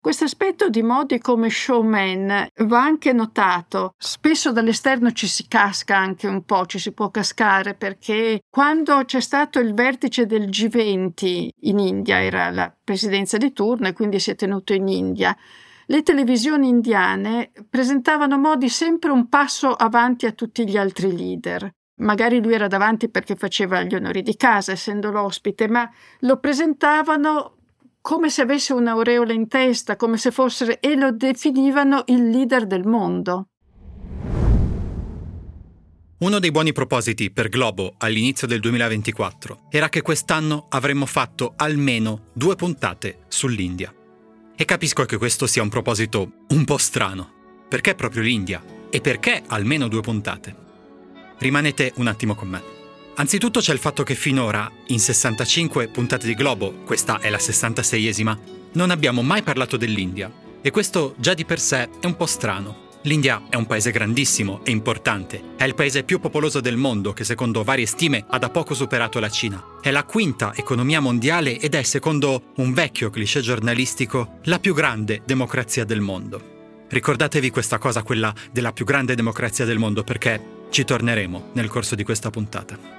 Questo aspetto di Modi come showman va anche notato. Spesso dall'esterno ci si casca anche un po', ci si può cascare, perché quando c'è stato il vertice del G20 in India, era la presidenza di turno e quindi si è tenuto in India, le televisioni indiane presentavano Modi sempre un passo avanti a tutti gli altri leader. Magari lui era davanti perché faceva gli onori di casa, essendo l'ospite, ma lo presentavano come se avesse un'aureola in testa, come se fosse, e lo definivano il leader del mondo. Uno dei buoni propositi per Globo all'inizio del 2024 era che quest'anno avremmo fatto almeno 2 puntate sull'India. E capisco che questo sia un proposito un po' strano. Perché proprio l'India? E perché almeno 2 puntate? Rimanete un attimo con me. Anzitutto c'è il fatto che finora, in 65 puntate di Globo, questa è la 66esima, non abbiamo mai parlato dell'India. E questo già di per sé è un po' strano. L'India è un paese grandissimo e importante. È il paese più popoloso del mondo che, secondo varie stime, ha da poco superato la Cina. È la 5ª economia mondiale ed è, secondo un vecchio cliché giornalistico, la più grande democrazia del mondo. Ricordatevi questa cosa, quella della più grande democrazia del mondo, perché ci torneremo nel corso di questa puntata.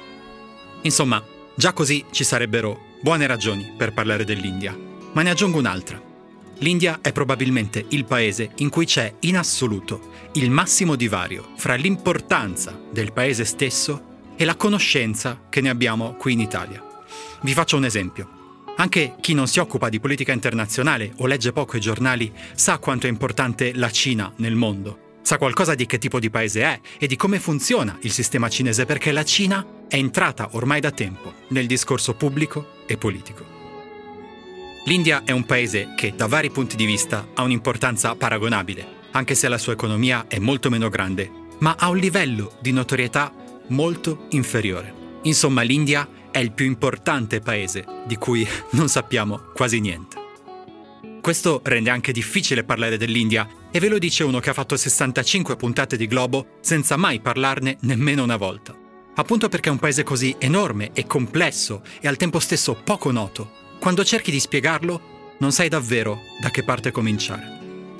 Insomma, già così ci sarebbero buone ragioni per parlare dell'India. Ma ne aggiungo un'altra. L'India è probabilmente il paese in cui c'è in assoluto il massimo divario fra l'importanza del paese stesso e la conoscenza che ne abbiamo qui in Italia. Vi faccio un esempio. Anche chi non si occupa di politica internazionale o legge poco i giornali sa quanto è importante la Cina nel mondo. Sa qualcosa di che tipo di paese è e di come funziona il sistema cinese, perché la Cina è entrata ormai da tempo nel discorso pubblico e politico. L'India è un paese che da vari punti di vista ha un'importanza paragonabile, anche se la sua economia è molto meno grande, ma ha un livello di notorietà molto inferiore. Insomma, l'India è il più importante paese di cui non sappiamo quasi niente. Questo rende anche difficile parlare dell'India e ve lo dice uno che ha fatto 65 puntate di Globo senza mai parlarne nemmeno una volta. Appunto perché è un paese così enorme e complesso e al tempo stesso poco noto. Quando cerchi di spiegarlo, non sai davvero da che parte cominciare.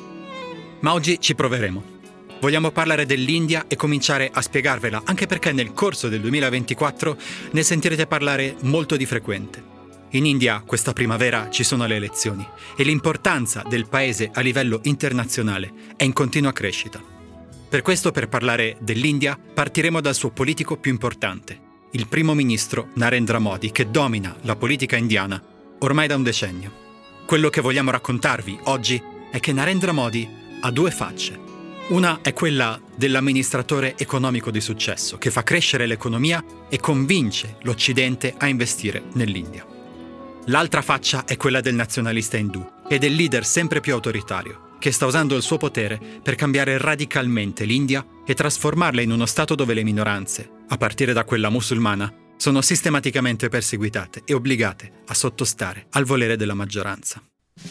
Ma oggi ci proveremo. Vogliamo parlare dell'India e cominciare a spiegarvela, anche perché nel corso del 2024 ne sentirete parlare molto di frequente. In India questa primavera ci sono le elezioni e l'importanza del paese a livello internazionale è in continua crescita. Per questo, per parlare dell'India, partiremo dal suo politico più importante, il primo ministro Narendra Modi, che domina la politica indiana ormai da un decennio. Quello che vogliamo raccontarvi oggi è che Narendra Modi ha 2 facce. Una è quella dell'amministratore economico di successo, che fa crescere l'economia e convince l'Occidente a investire nell'India. L'altra faccia è quella del nazionalista indù e del leader sempre più autoritario, che sta usando il suo potere per cambiare radicalmente l'India e trasformarla in uno stato dove le minoranze, a partire da quella musulmana, sono sistematicamente perseguitate e obbligate a sottostare al volere della maggioranza.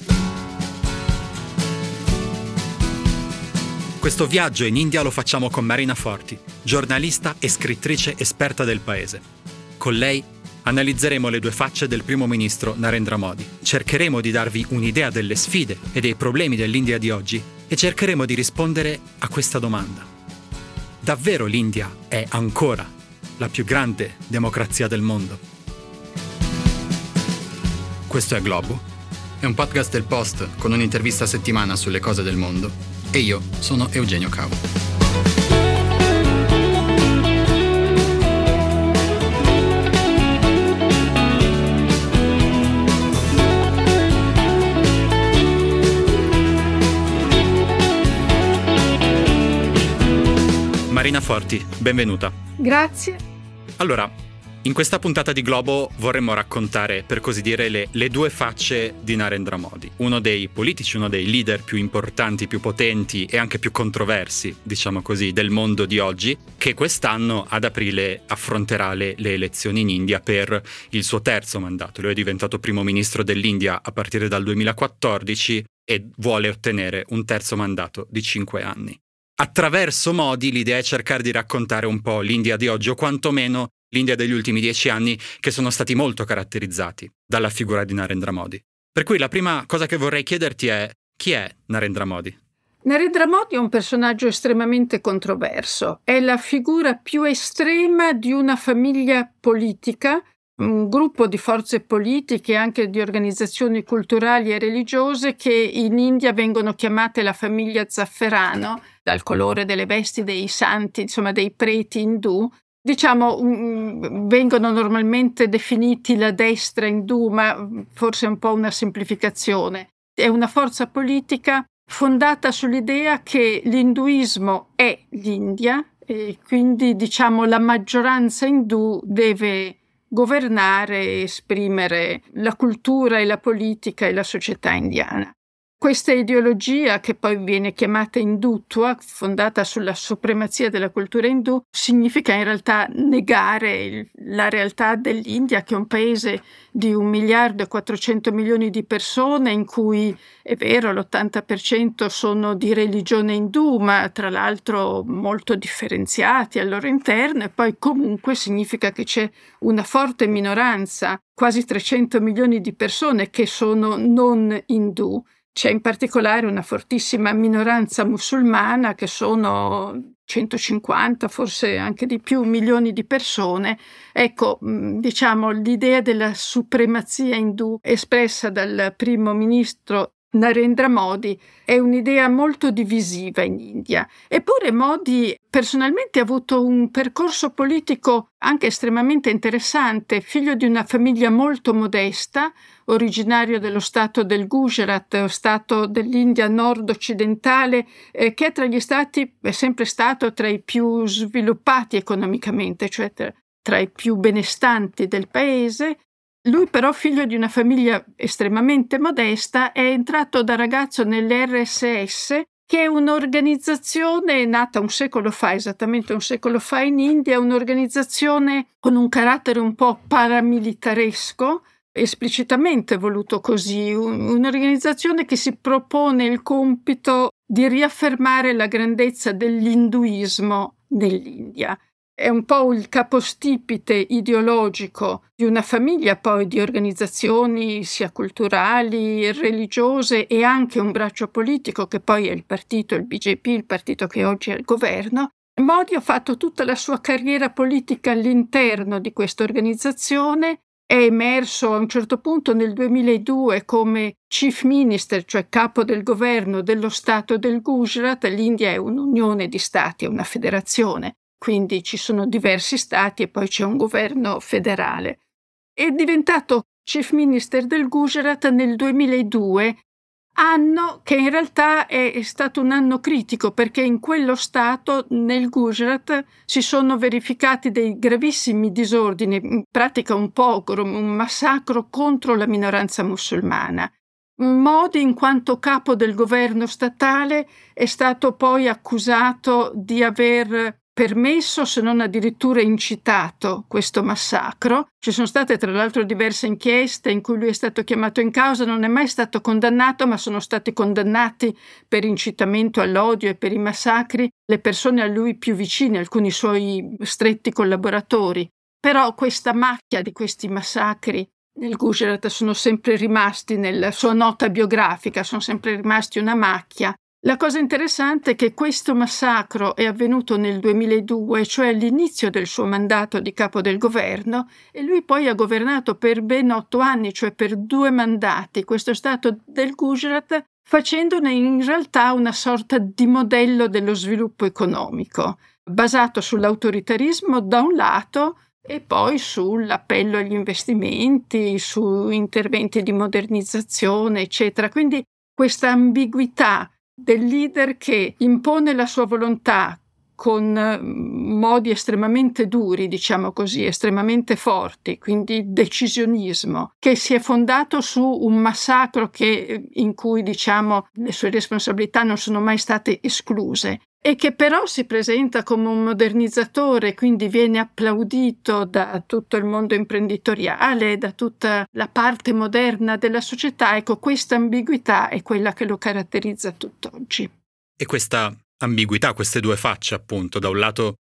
Questo viaggio in India lo facciamo con Marina Forti, giornalista e scrittrice esperta del paese. Con lei analizzeremo le 2 facce del primo ministro Narendra Modi, cercheremo di darvi un'idea delle sfide e dei problemi dell'India di oggi e cercheremo di rispondere a questa domanda. Davvero l'India è ancora la più grande democrazia del mondo? Questo è Globo, è un podcast del Post con un'intervista a settimana sulle cose del mondo e io sono Eugenio Cavo. Marina Forti, benvenuta. Grazie. Allora, in questa puntata di Globo vorremmo raccontare, per così dire, le 2 facce di Narendra Modi, uno dei politici, uno dei leader più importanti, più potenti e anche più controversi, diciamo così, del mondo di oggi, che quest'anno ad aprile affronterà le elezioni in India per il suo 3° mandato. Lui è diventato primo ministro dell'India a partire dal 2014 e vuole ottenere un 3° mandato di 5 anni. Attraverso Modi l'idea è cercare di raccontare un po' l'India di oggi, o quantomeno l'India degli ultimi 10 anni, che sono stati molto caratterizzati dalla figura di Narendra Modi. Per cui la prima cosa che vorrei chiederti è: chi è Narendra Modi? Narendra Modi è un personaggio estremamente controverso. È la figura più estrema di una famiglia politica, un gruppo di forze politiche e anche di organizzazioni culturali e religiose che in India vengono chiamate la famiglia Zafferano, dal colore delle vesti dei santi, insomma dei preti indù. Vengono normalmente definiti la destra indù, ma forse è un po' una semplificazione. È una forza politica fondata sull'idea che l'induismo è l'India e quindi la maggioranza indù deve governare e esprimere la cultura e la politica e la società indiana. Questa ideologia, che poi viene chiamata Hindutva, fondata sulla supremazia della cultura indù, significa in realtà negare la realtà dell'India, che è un paese di 1.400.000.000 di persone, in cui è vero l'80% sono di religione indù, ma tra l'altro molto differenziati al loro interno, e poi comunque significa che c'è una forte minoranza, quasi 300 milioni di persone che sono non indù. C'è in particolare una fortissima minoranza musulmana, che sono 150, forse anche di più, milioni di persone. Ecco, l'idea della supremazia indù espressa dal primo ministro Narendra Modi è un'idea molto divisiva in India. Eppure Modi personalmente ha avuto un percorso politico anche estremamente interessante, figlio di una famiglia molto modesta, originario dello stato del Gujarat, stato dell'India nord-occidentale, che tra gli stati è sempre stato tra i più sviluppati economicamente, cioè tra i più benestanti del paese. Lui però, figlio di una famiglia estremamente modesta, è entrato da ragazzo nell'RSS, che è un'organizzazione nata un secolo fa, esattamente un secolo fa in India, un'organizzazione con un carattere un po' paramilitaresco, esplicitamente voluto così, un'organizzazione che si propone il compito di riaffermare la grandezza dell'induismo nell'India. È un po' il capostipite ideologico di una famiglia poi di organizzazioni sia culturali, religiose e anche un braccio politico che poi è il partito, il BJP, il partito che oggi è al governo. Modi ha fatto tutta la sua carriera politica all'interno di questa organizzazione, è emerso a un certo punto nel 2002 come Chief Minister, cioè capo del governo dello Stato del Gujarat. L'India è un'unione di stati, è una federazione. Quindi ci sono diversi stati e poi c'è un governo federale. È diventato Chief Minister del Gujarat nel 2002, anno che in realtà è stato un anno critico, perché in quello stato, nel Gujarat, si sono verificati dei gravissimi disordini, in pratica un pogrom, un massacro contro la minoranza musulmana. Modi, in quanto capo del governo statale, è stato poi accusato di aver permesso, se non addirittura incitato, questo massacro. Ci sono state tra l'altro diverse inchieste in cui lui è stato chiamato in causa, non è mai stato condannato, ma sono stati condannati per incitamento all'odio e per i massacri le persone a lui più vicine, alcuni suoi stretti collaboratori. Però questa macchia di questi massacri nel Gujarat sono sempre rimasti, nella sua nota biografica, sono sempre rimasti una macchia. La cosa interessante è che questo massacro è avvenuto nel 2002, cioè all'inizio del suo mandato di capo del governo, e lui poi ha governato per ben 8 anni, cioè per 2 mandati, questo stato del Gujarat, facendone in realtà una sorta di modello dello sviluppo economico, basato sull'autoritarismo da un lato e poi sull'appello agli investimenti, su interventi di modernizzazione, eccetera. Quindi questa ambiguità del leader che impone la sua volontà con modi estremamente duri, diciamo così, estremamente forti, quindi decisionismo, che si è fondato su un massacro in cui, le sue responsabilità non sono mai state escluse, e che però si presenta come un modernizzatore, quindi viene applaudito da tutto il mondo imprenditoriale, da tutta la parte moderna della società. Ecco, questa ambiguità è quella che lo caratterizza tutt'oggi. E questa ambiguità, queste due facce, appunto, da un lato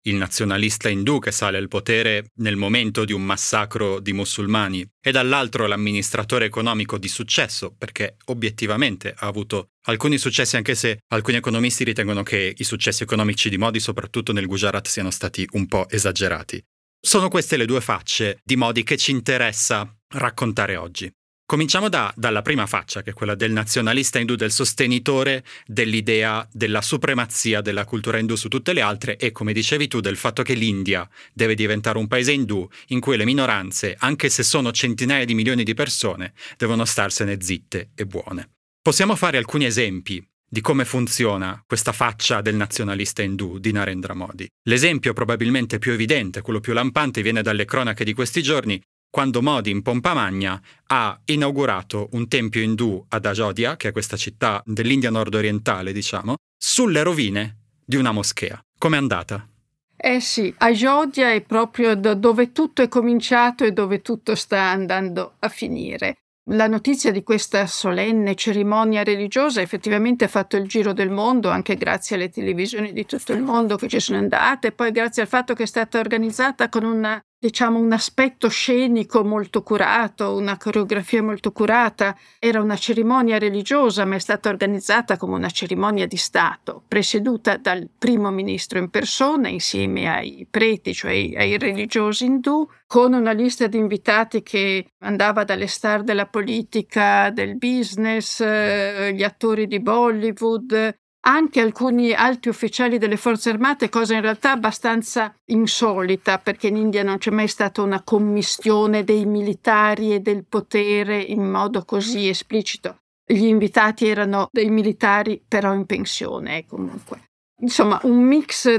il nazionalista indù che sale al potere nel momento di un massacro di musulmani, e dall'altro l'amministratore economico di successo, perché obiettivamente ha avuto alcuni successi, anche se alcuni economisti ritengono che i successi economici di Modi, soprattutto nel Gujarat, siano stati un po' esagerati. Sono queste le due facce di Modi che ci interessa raccontare oggi. Cominciamo dalla prima faccia, che è quella del nazionalista indù, del sostenitore dell'idea della supremazia della cultura indù su tutte le altre e, come dicevi tu, del fatto che l'India deve diventare un paese indù in cui le minoranze, anche se sono centinaia di milioni di persone, devono starsene zitte e buone. Possiamo fare alcuni esempi di come funziona questa faccia del nazionalista indù di Narendra Modi. L'esempio probabilmente più evidente, quello più lampante, viene dalle cronache di questi giorni, quando Modi in pompa magna ha inaugurato un tempio indù ad Ayodhya, che è questa città dell'India nord-orientale, diciamo, sulle rovine di una moschea. Com'è andata? Sì, Ayodhya è proprio dove tutto è cominciato e dove tutto sta andando a finire. La notizia di questa solenne cerimonia religiosa effettivamente ha fatto il giro del mondo, anche grazie alle televisioni di tutto il mondo che ci sono andate, e poi grazie al fatto che è stata organizzata con un aspetto scenico molto curato, una coreografia molto curata. Era una cerimonia religiosa, ma è stata organizzata come una cerimonia di Stato, presieduta dal primo ministro in persona insieme ai preti, cioè ai religiosi indù, con una lista di invitati che andava dalle star della politica, del business, gli attori di Bollywood, anche alcuni alti ufficiali delle forze armate, cosa in realtà abbastanza insolita, perché in India non c'è mai stata una commistione dei militari e del potere in modo così esplicito. Gli invitati erano dei militari però in pensione, comunque. Insomma, un mix,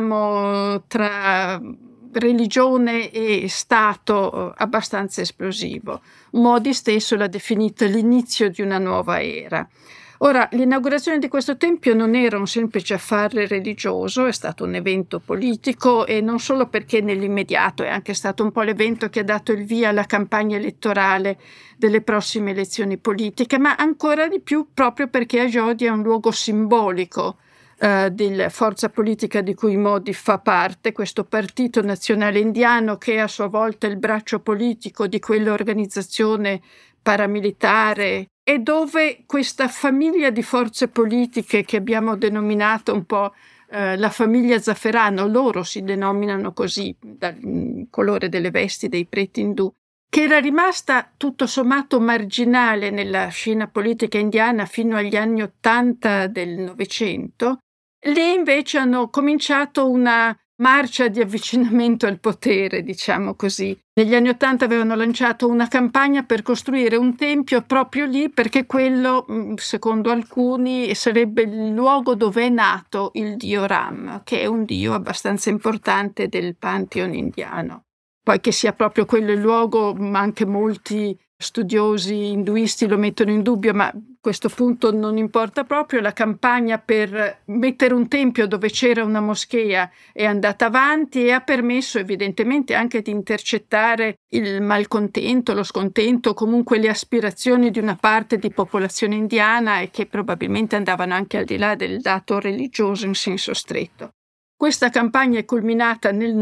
tra religione e Stato abbastanza esplosivo. Modi stesso l'ha definito l'inizio di una nuova era. Ora, l'inaugurazione di questo tempio non era un semplice affare religioso, è stato un evento politico, e non solo perché nell'immediato è anche stato un po' l'evento che ha dato il via alla campagna elettorale delle prossime elezioni politiche, ma ancora di più proprio perché Ayodhya è un luogo simbolico della forza politica di cui Modi fa parte, questo partito nazionale indiano che è a sua volta il braccio politico di quell'organizzazione paramilitare, e dove questa famiglia di forze politiche che abbiamo denominato un po' la famiglia Zafferano, loro si denominano così dal colore delle vesti dei preti indù, che era rimasta tutto sommato marginale nella scena politica indiana fino agli anni '80 del Novecento, lì invece hanno cominciato una marcia di avvicinamento al potere, diciamo così. Negli anni '80 avevano lanciato una campagna per costruire un tempio proprio lì, perché quello, secondo alcuni, sarebbe il luogo dove è nato il dio Ram, che è un dio abbastanza importante del pantheon indiano. Poi che sia proprio quello il luogo, ma anche molti studiosi induisti lo mettono in dubbio, ma a questo punto non importa proprio. La campagna per mettere un tempio dove c'era una moschea è andata avanti e ha permesso evidentemente anche di intercettare il malcontento, lo scontento, comunque le aspirazioni di una parte di popolazione indiana, e che probabilmente andavano anche al di là del dato religioso in senso stretto. Questa campagna è culminata nel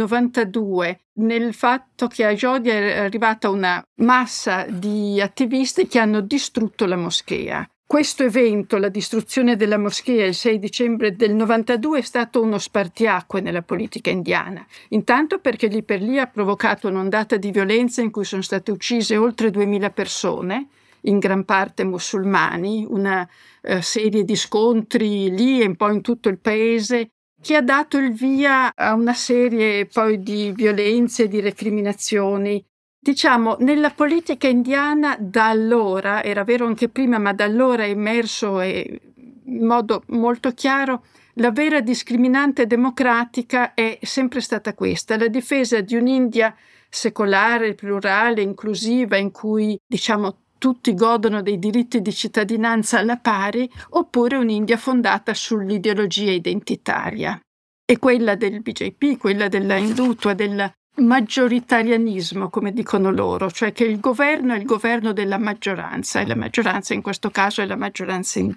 92 nel fatto che a Ayodhya è arrivata una massa di attivisti che hanno distrutto la moschea. Questo evento, la distruzione della moschea il 6 dicembre del 92, è stato uno spartiacque nella politica indiana. Intanto perché lì per lì ha provocato un'ondata di violenza in cui sono state uccise oltre 2000 persone, in gran parte musulmani, una serie di scontri lì e un po' in tutto il paese, che ha dato il via a una serie poi di violenze, di recriminazioni. Diciamo, nella politica indiana da allora, era vero anche prima, ma da allora è emerso in modo molto chiaro, la vera discriminante democratica è sempre stata questa, la difesa di un'India secolare, plurale, inclusiva, in cui, tutti godono dei diritti di cittadinanza alla pari, oppure un'India fondata sull'ideologia identitaria. E quella del BJP, quella della Hindutva, del maggioritarianismo, come dicono loro, cioè che il governo è il governo della maggioranza, e la maggioranza in questo caso è la maggioranza indù.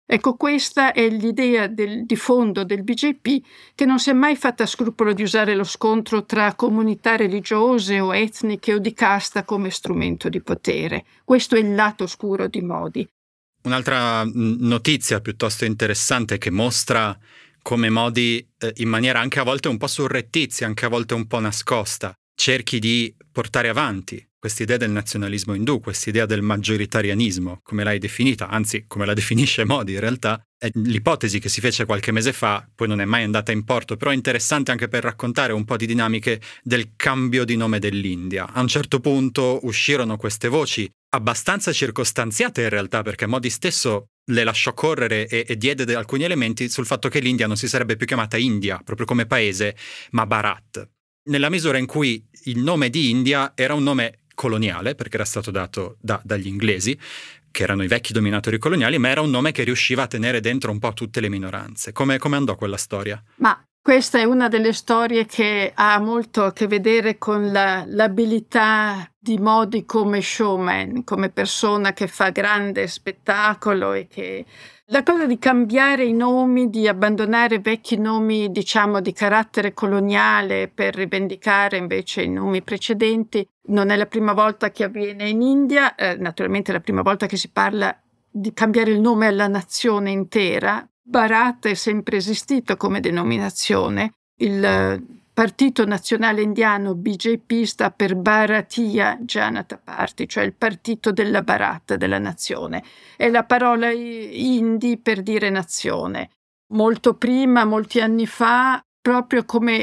Ecco, questa è l'idea di fondo del BJP, che non si è mai fatta scrupolo di usare lo scontro tra comunità religiose o etniche o di casta come strumento di potere. Questo è il lato oscuro di Modi. Un'altra notizia piuttosto interessante che mostra come Modi, in maniera anche a volte un po' surrettizia, anche a volte un po' nascosta, cerchi di portare avanti quest'idea del nazionalismo indù, quest'idea del maggioritarianismo, come l'hai definita, anzi come la definisce Modi in realtà, è l'ipotesi che si fece qualche mese fa, poi non è mai andata in porto, però è interessante anche per raccontare un po' di dinamiche del cambio di nome dell'India. A un certo punto uscirono queste voci abbastanza circostanziate in realtà, perché Modi stesso le lasciò correre e diede alcuni elementi sul fatto che l'India non si sarebbe più chiamata India, proprio come paese, ma Bharat. Nella misura in cui il nome di India era un nome coloniale, perché era stato dato dagli inglesi, che erano i vecchi dominatori coloniali, ma era un nome che riusciva a tenere dentro un po' tutte le minoranze. Come andò quella storia? Ma questa è una delle storie che ha molto a che vedere con l'abilità di Modi come showman, come persona che fa grande spettacolo e che... La cosa di cambiare i nomi, di abbandonare vecchi nomi, diciamo, di carattere coloniale per rivendicare invece i nomi precedenti, non è la prima volta che avviene in India, naturalmente è la prima volta che si parla di cambiare il nome alla nazione intera. Bharat è sempre esistito come denominazione. Il Partito Nazionale Indiano, BJP, sta per Bharatiya Janata Party, cioè il partito della Bharat, della nazione. È la parola hindi per dire nazione. Molto prima, molti anni fa, proprio come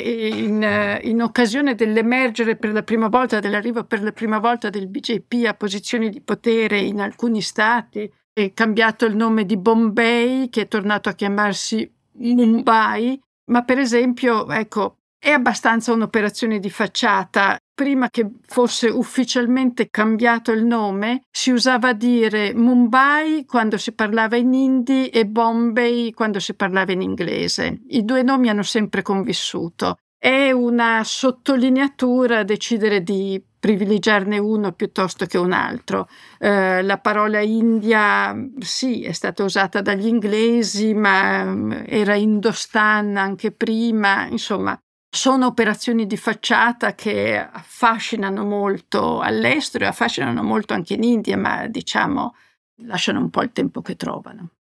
in occasione dell'emergere per la prima volta, dell'arrivo per la prima volta del BJP a posizioni di potere in alcuni stati, è cambiato il nome di Bombay, che è tornato a chiamarsi Mumbai, ma per esempio, ecco, è abbastanza un'operazione di facciata. Prima che fosse ufficialmente cambiato il nome, si usava dire Mumbai quando si parlava in hindi e Bombay quando si parlava in inglese. I due nomi hanno sempre convissuto. È una sottolineatura decidere di privilegiarne uno piuttosto che un altro. La parola India, sì, è stata usata dagli inglesi, ma era Indostan anche prima, insomma. Sono operazioni di facciata che affascinano molto all'estero e affascinano molto anche in India, ma diciamo lasciano un po' il tempo che trovano.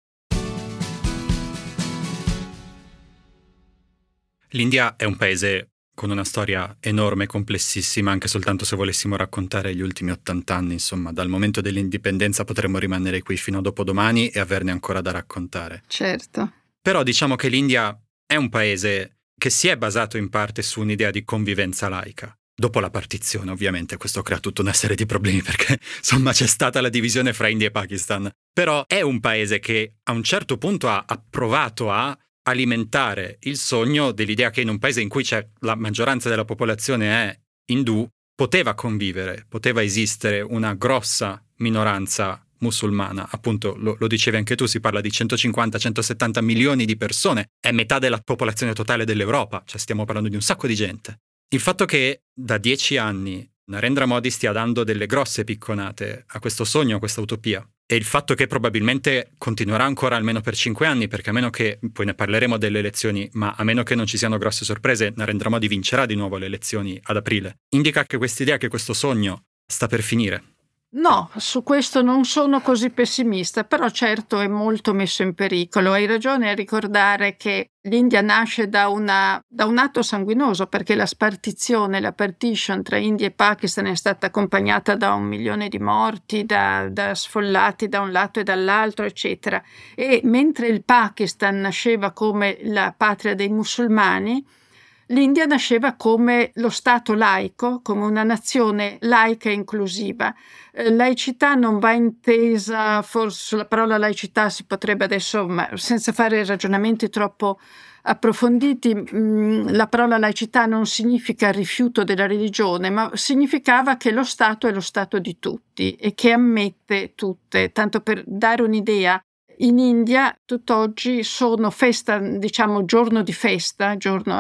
L'India è un paese con una storia enorme, complessissima, anche soltanto se volessimo raccontare gli ultimi 80 anni, insomma, dal momento dell'indipendenza potremmo rimanere qui fino a dopodomani e averne ancora da raccontare. Certo. Però diciamo che l'India è un paese che si è basato in parte su un'idea di convivenza laica. Dopo la partizione, ovviamente, questo crea tutta una serie di problemi perché, insomma, c'è stata la divisione fra India e Pakistan. Però è un paese che a un certo punto ha provato a alimentare il sogno dell'idea che in un paese in cui c'è la maggioranza della popolazione è indù, poteva convivere, poteva esistere una grossa minoranza musulmana. Appunto, lo dicevi anche tu, si parla di 150-170 milioni di persone, è metà della popolazione totale dell'Europa, cioè stiamo parlando di un sacco di gente. Il fatto che da 10 anni Narendra Modi stia dando delle grosse picconate a questo sogno, a questa utopia, e il fatto che probabilmente continuerà ancora almeno per 5 anni, perché a meno che, poi ne parleremo delle elezioni, ma a meno che non ci siano grosse sorprese, Narendra Modi vincerà di nuovo le elezioni ad aprile, indica che quest'idea, che questo sogno sta per finire. No, su questo non sono così pessimista, però certo è molto messo in pericolo. Hai ragione a ricordare che l'India nasce da un atto sanguinoso, perché la spartizione, la partition tra India e Pakistan è stata accompagnata da 1 milione di morti, da sfollati da un lato e dall'altro, eccetera. E mentre il Pakistan nasceva come la patria dei musulmani, l'India nasceva come lo Stato laico, come una nazione laica e inclusiva. Laicità non va intesa, forse sulla parola laicità si potrebbe adesso, ma senza fare ragionamenti troppo approfonditi, la parola laicità non significa rifiuto della religione, ma significava che lo Stato è lo Stato di tutti e che ammette tutte. Tanto per dare un'idea, in India tutt'oggi sono festa, diciamo giorno di festa,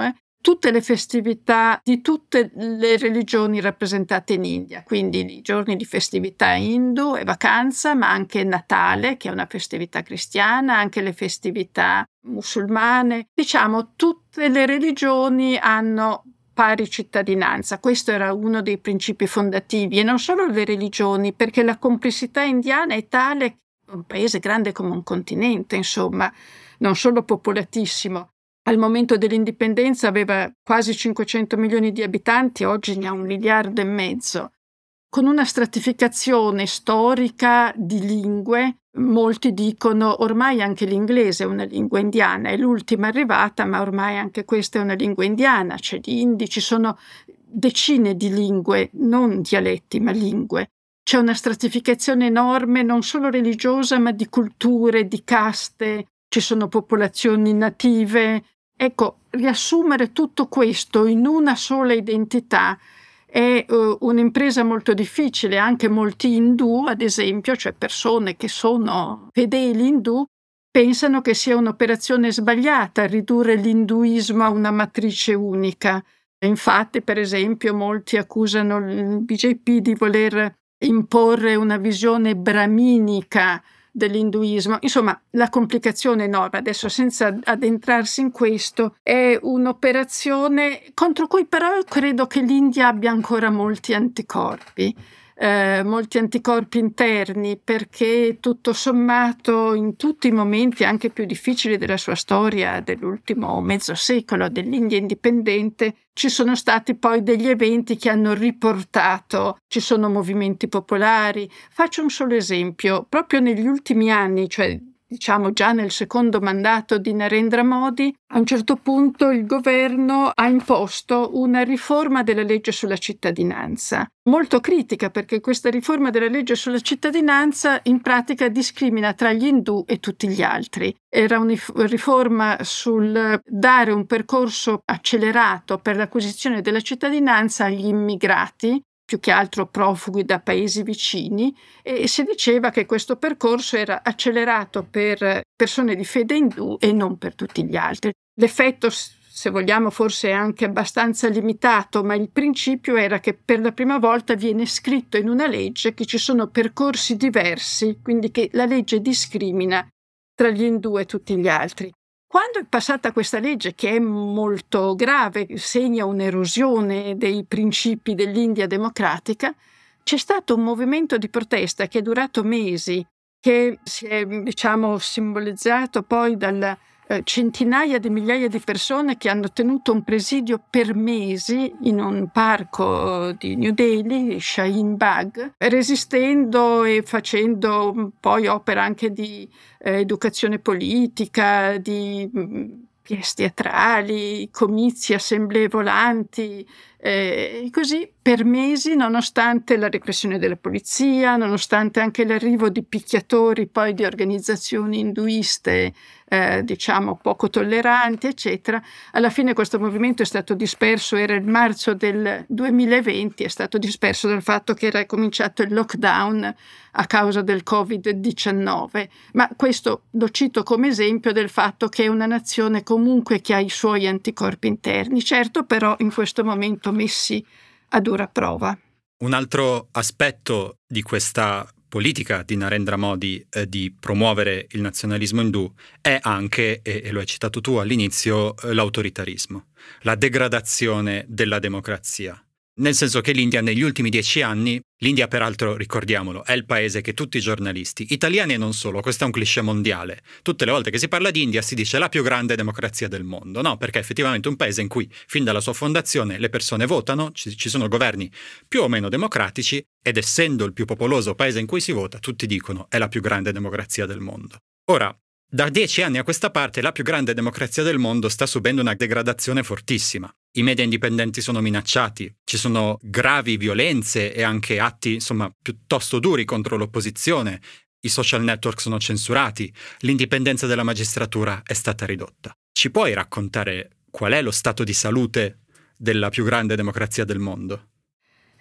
tutte le festività di tutte le religioni rappresentate in India, quindi i giorni di festività hindu e vacanza, ma anche Natale, che è una festività cristiana, anche le festività musulmane. Diciamo, tutte le religioni hanno pari cittadinanza. Questo era uno dei principi fondativi, e non solo le religioni, perché la complessità indiana è tale, un paese grande come un continente, insomma, non solo popolatissimo. Al momento dell'indipendenza aveva quasi 500 milioni di abitanti, oggi ne ha 1,5 miliardi, con una stratificazione storica di lingue. Molti dicono ormai anche l'inglese è una lingua indiana, è l'ultima arrivata, ma ormai anche questa è una lingua indiana. C'è l'indi, ci sono decine di lingue, non dialetti, ma lingue. C'è una stratificazione enorme, non solo religiosa, ma di culture, di caste. Ci sono popolazioni native. Ecco, riassumere tutto questo in una sola identità è un'impresa molto difficile. Anche molti indù, ad esempio, cioè persone che sono fedeli indù, pensano che sia un'operazione sbagliata ridurre l'induismo a una matrice unica. Infatti, per esempio, molti accusano il BJP di voler imporre una visione brahminica dell'induismo. Insomma, la complicazione è enorme. Adesso, senza addentrarsi in questo, è un'operazione contro cui però credo che l'India abbia ancora molti anticorpi interni, perché tutto sommato in tutti i momenti anche più difficili della sua storia, dell'ultimo mezzo secolo dell'India indipendente, ci sono stati poi degli eventi che hanno riportato, ci sono movimenti popolari. Faccio un solo esempio: proprio negli ultimi anni, cioè diciamo già nel secondo mandato di Narendra Modi, a un certo punto il governo ha imposto una riforma della legge sulla cittadinanza, molto critica, perché questa riforma della legge sulla cittadinanza in pratica discrimina tra gli indù e tutti gli altri. Era una riforma sul dare un percorso accelerato per l'acquisizione della cittadinanza agli immigrati, più che altro profughi da paesi vicini, e si diceva che questo percorso era accelerato per persone di fede indù e non per tutti gli altri. L'effetto, se vogliamo, forse è anche abbastanza limitato, ma il principio era che per la prima volta viene scritto in una legge che ci sono percorsi diversi, quindi che la legge discrimina tra gli indù e tutti gli altri. Quando è passata questa legge, che è molto grave, segna un'erosione dei principi dell'India democratica, c'è stato un movimento di protesta che è durato mesi, che si è, simbolizzato poi dalla centinaia di migliaia di persone che hanno tenuto un presidio per mesi in un parco di New Delhi, Shaheen Bagh, resistendo e facendo poi opera anche di educazione politica, di pièce teatrali, comizi, assemblee volanti, così per mesi, nonostante la repressione della polizia, nonostante anche l'arrivo di picchiatori poi di organizzazioni induiste poco tolleranti, eccetera. Alla fine questo movimento è stato disperso, era il marzo del 2020, è stato disperso dal fatto che era cominciato il lockdown a causa del Covid-19, ma questo lo cito come esempio del fatto che è una nazione comunque che ha i suoi anticorpi interni, certo, però in questo momento messi a dura prova. Un altro aspetto di questa politica di Narendra Modi di promuovere il nazionalismo indù è anche, e lo hai citato tu all'inizio, l'autoritarismo, la degradazione della democrazia. Nel senso che l'India negli ultimi 10 anni, l'India peraltro, ricordiamolo, è il paese che tutti i giornalisti, italiani e non solo, questo è un cliché mondiale, tutte le volte che si parla di India si dice la più grande democrazia del mondo, no? Perché è effettivamente un paese in cui fin dalla sua fondazione le persone votano, ci sono governi più o meno democratici, ed essendo il più popoloso paese in cui si vota, tutti dicono è la più grande democrazia del mondo. Ora, da 10 anni a questa parte la più grande democrazia del mondo sta subendo una degradazione fortissima. I media indipendenti sono minacciati, ci sono gravi violenze e anche atti, piuttosto duri contro l'opposizione, i social network sono censurati, l'indipendenza della magistratura è stata ridotta. Ci puoi raccontare qual è lo stato di salute della più grande democrazia del mondo?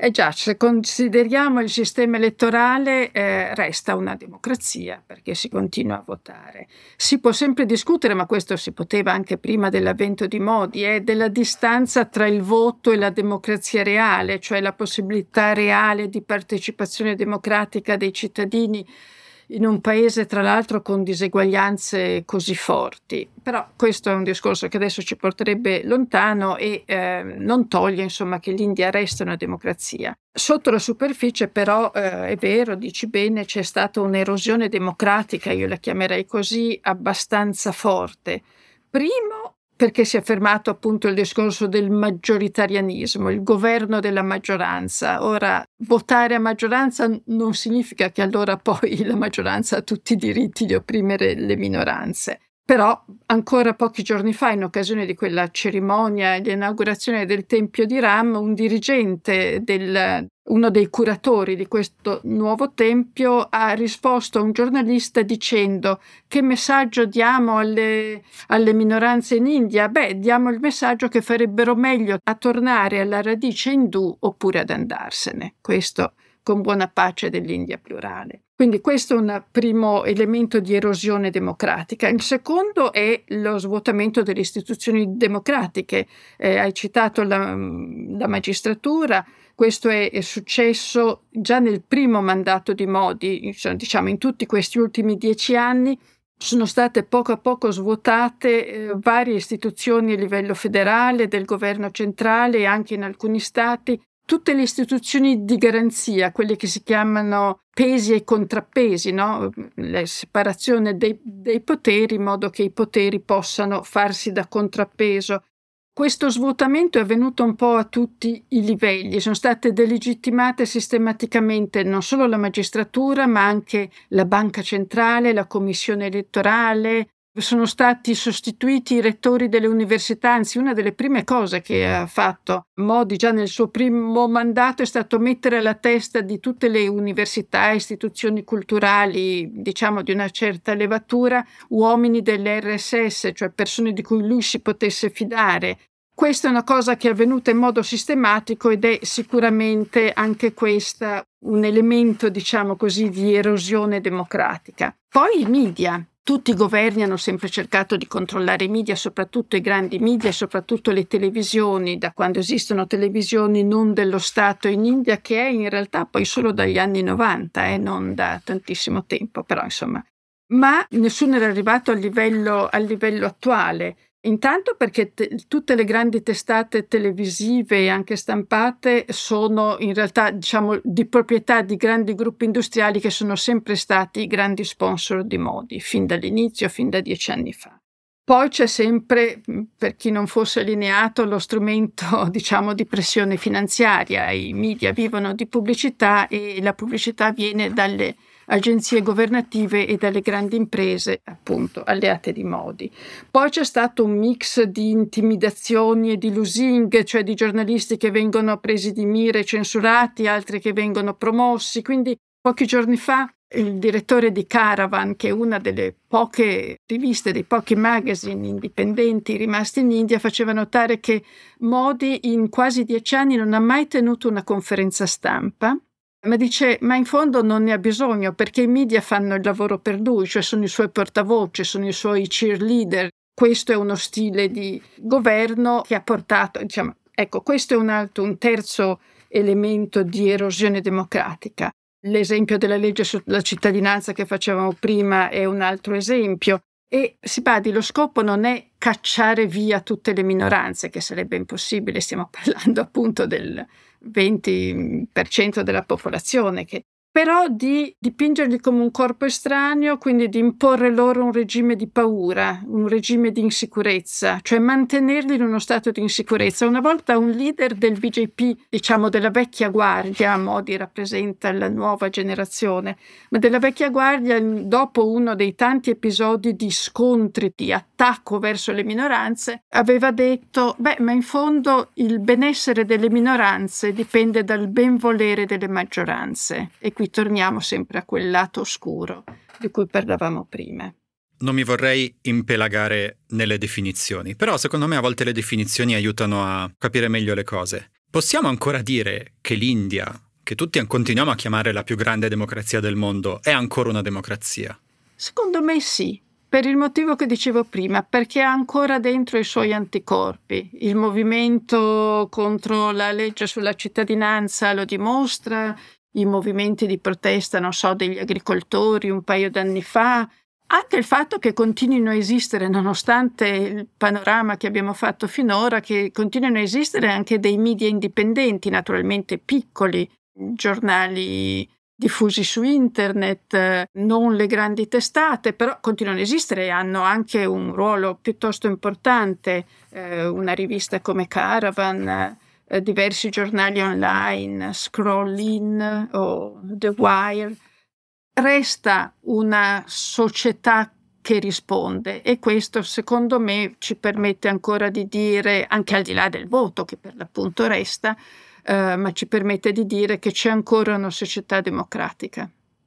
Già, se consideriamo il sistema elettorale, resta una democrazia perché si continua a votare. Si può sempre discutere, ma questo si poteva anche prima dell'avvento di Modi, della distanza tra il voto e la democrazia reale, cioè la possibilità reale di partecipazione democratica dei cittadini in un paese tra l'altro con diseguaglianze così forti. Però questo è un discorso che adesso ci porterebbe lontano e non toglie insomma che l'India resta una democrazia. Sotto la superficie però è vero, dici bene, c'è stata un'erosione democratica, io la chiamerei così, abbastanza forte. Primo perché si è affermato appunto il discorso del maggioritarianismo, il governo della maggioranza. Ora, votare a maggioranza non significa che allora poi la maggioranza ha tutti i diritti di opprimere le minoranze. Però ancora pochi giorni fa, in occasione di quella cerimonia di inaugurazione del Tempio di Ram, un dirigente uno dei curatori di questo nuovo tempio ha risposto a un giornalista dicendo: che messaggio diamo alle minoranze in India? Beh, diamo il messaggio che farebbero meglio a tornare alla radice indù oppure ad andarsene. Questo con buona pace dell'India plurale. Quindi questo è un primo elemento di erosione democratica. Il secondo è lo svuotamento delle istituzioni democratiche. Hai citato la magistratura. Questo è successo già nel primo mandato di Modi, diciamo in tutti questi ultimi 10 anni. Sono state poco a poco svuotate varie istituzioni a livello federale, del governo centrale e anche in alcuni stati. Tutte le istituzioni di garanzia, quelle che si chiamano pesi e contrappesi, no? La separazione dei poteri in modo che i poteri possano farsi da contrappeso. Questo svuotamento è avvenuto un po' a tutti i livelli, sono state delegittimate sistematicamente non solo la magistratura, ma anche la banca centrale, la commissione elettorale. Sono stati sostituiti i rettori delle università, anzi una delle prime cose che ha fatto Modi già nel suo primo mandato è stato mettere alla testa di tutte le università e istituzioni culturali, diciamo di una certa levatura, uomini dell'RSS, cioè persone di cui lui si potesse fidare. Questa è una cosa che è avvenuta in modo sistematico ed è sicuramente anche questa un elemento, diciamo così, di erosione democratica. Poi i media. Tutti i governi hanno sempre cercato di controllare i media, soprattutto i grandi media e soprattutto le televisioni, da quando esistono televisioni non dello Stato in India, che è in realtà poi solo dagli anni 90, non da tantissimo tempo, però insomma. Ma nessuno era arrivato al livello attuale. Intanto perché tutte le grandi testate televisive e anche stampate sono in realtà, diciamo, di proprietà di grandi gruppi industriali che sono sempre stati i grandi sponsor di Modi, fin dall'inizio, fin da 10 anni fa. Poi c'è sempre, per chi non fosse allineato, lo strumento, diciamo, di pressione finanziaria. I media vivono di pubblicità e la pubblicità viene dalle agenzie governative e dalle grandi imprese, appunto, alleate di Modi. Poi c'è stato un mix di intimidazioni e di lusinghe, cioè di giornalisti che vengono presi di mira e censurati, altri che vengono promossi. Quindi pochi giorni fa il direttore di Caravan, che è una delle poche riviste, dei pochi magazine indipendenti rimasti in India, faceva notare che Modi in quasi 10 anni non ha mai tenuto una conferenza stampa, ma dice, ma in fondo non ne ha bisogno perché i media fanno il lavoro per lui, cioè sono i suoi portavoce, sono i suoi cheerleader. Questo è uno stile di governo che ha portato, diciamo, ecco, questo è un terzo elemento di erosione democratica. L'esempio della legge sulla cittadinanza che facevamo prima è un altro esempio. E si badi, lo scopo non è cacciare via tutte le minoranze, che sarebbe impossibile, stiamo parlando appunto del 20% della popolazione, però di dipingerli come un corpo estraneo, quindi di imporre loro un regime di paura, un regime di insicurezza, cioè mantenerli in uno stato di insicurezza. Una volta un leader del BJP, diciamo della vecchia guardia, Modi rappresenta la nuova generazione, ma della vecchia guardia, dopo uno dei tanti episodi di scontri, di attacco verso le minoranze, aveva detto, ma in fondo il benessere delle minoranze dipende dal benvolere delle maggioranze. E qui torniamo sempre a quel lato oscuro di cui parlavamo prima. Non mi vorrei impelagare nelle definizioni, però secondo me a volte le definizioni aiutano a capire meglio le cose. Possiamo ancora dire che l'India, che tutti continuiamo a chiamare la più grande democrazia del mondo, è ancora una democrazia? Secondo me sì, per il motivo che dicevo prima, perché ha ancora dentro i suoi anticorpi. Il movimento contro la legge sulla cittadinanza lo dimostra, i movimenti di protesta, non so, degli agricoltori un paio d'anni fa, anche il fatto che continuino a esistere, nonostante il panorama che abbiamo fatto finora, che continuino a esistere anche dei media indipendenti, naturalmente piccoli, giornali diffusi su internet, non le grandi testate, però continuano a esistere e hanno anche un ruolo piuttosto importante, una rivista come Caravan, diversi giornali online, Scroll In o The Wire. Resta una società che risponde e questo secondo me ci permette ancora di dire, anche al di là del voto che per l'appunto resta, ma ci permette di dire che c'è ancora una società democratica.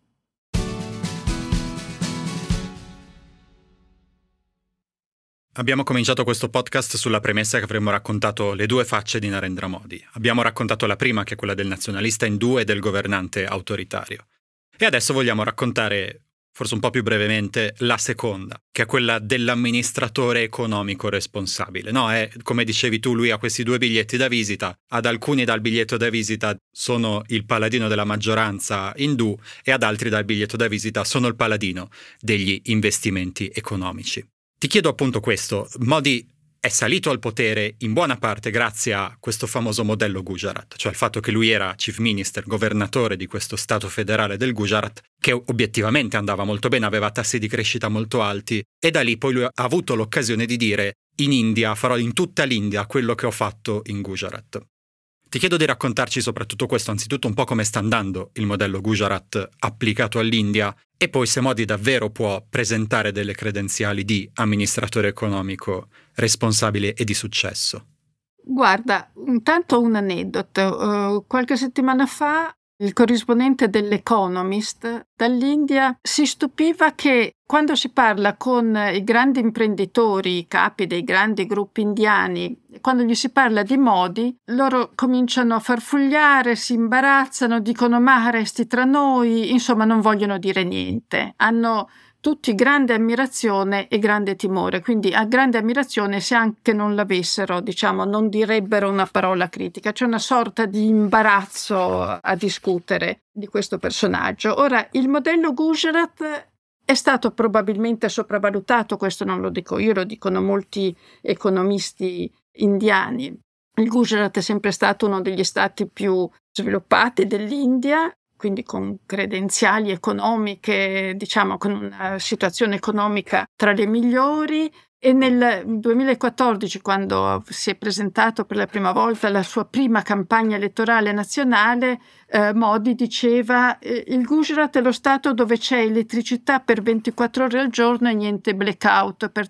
Abbiamo cominciato questo podcast sulla premessa che avremmo raccontato le due facce di Narendra Modi. Abbiamo raccontato la prima, che è quella del nazionalista indù e del governante autoritario. E adesso vogliamo raccontare, forse un po' più brevemente, la seconda, che è quella dell'amministratore economico responsabile. No, come dicevi tu, lui ha questi due biglietti da visita, ad alcuni dal biglietto da visita sono il paladino della maggioranza indù e ad altri dal biglietto da visita sono il paladino degli investimenti economici. Ti chiedo appunto questo, Modi è salito al potere in buona parte grazie a questo famoso modello Gujarat, cioè il fatto che lui era chief minister, governatore di questo stato federale del Gujarat, che obiettivamente andava molto bene, aveva tassi di crescita molto alti, e da lì poi lui ha avuto l'occasione di dire in India farò in tutta l'India quello che ho fatto in Gujarat. Ti chiedo di raccontarci soprattutto questo, anzitutto un po' come sta andando il modello Gujarat applicato all'India e poi se Modi davvero può presentare delle credenziali di amministratore economico responsabile e di successo. Guarda, intanto un aneddoto. Qualche settimana fa il corrispondente dell'Economist dall'India si stupiva che quando si parla con i grandi imprenditori, i capi dei grandi gruppi indiani, quando gli si parla di Modi, loro cominciano a farfugliare, si imbarazzano, dicono ma resti tra noi, insomma non vogliono dire niente. Hanno tutti grande ammirazione e grande timore, quindi a grande ammirazione se anche non l'avessero, diciamo, non direbbero una parola critica. C'è una sorta di imbarazzo a discutere di questo personaggio. Ora, il modello Gujarat è stato probabilmente sopravvalutato, questo non lo dico io, lo dicono molti economisti indiani. Il Gujarat è sempre stato uno degli stati più sviluppati dell'India, quindi con credenziali economiche, diciamo con una situazione economica tra le migliori, e nel 2014, quando si è presentato per la prima volta la sua prima campagna elettorale nazionale, Modi diceva il Gujarat è lo stato dove c'è elettricità per 24 ore al giorno e niente blackout per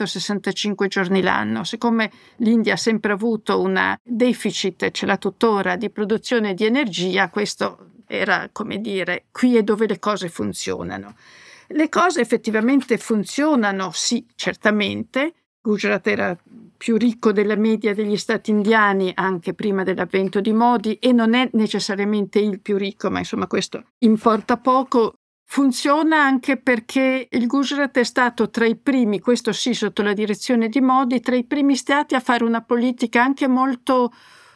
365 giorni l'anno. Siccome l'India ha sempre avuto un deficit, ce l'ha tuttora, di produzione di energia, questo era come dire, qui è dove le cose funzionano. Le cose effettivamente funzionano, sì, certamente. Gujarat era più ricco della media degli stati indiani anche prima dell'avvento di Modi e non è necessariamente il più ricco, ma insomma questo importa poco. Funziona anche perché il Gujarat è stato tra i primi, questo sì sotto la direzione di Modi, tra i primi stati a fare una politica anche molto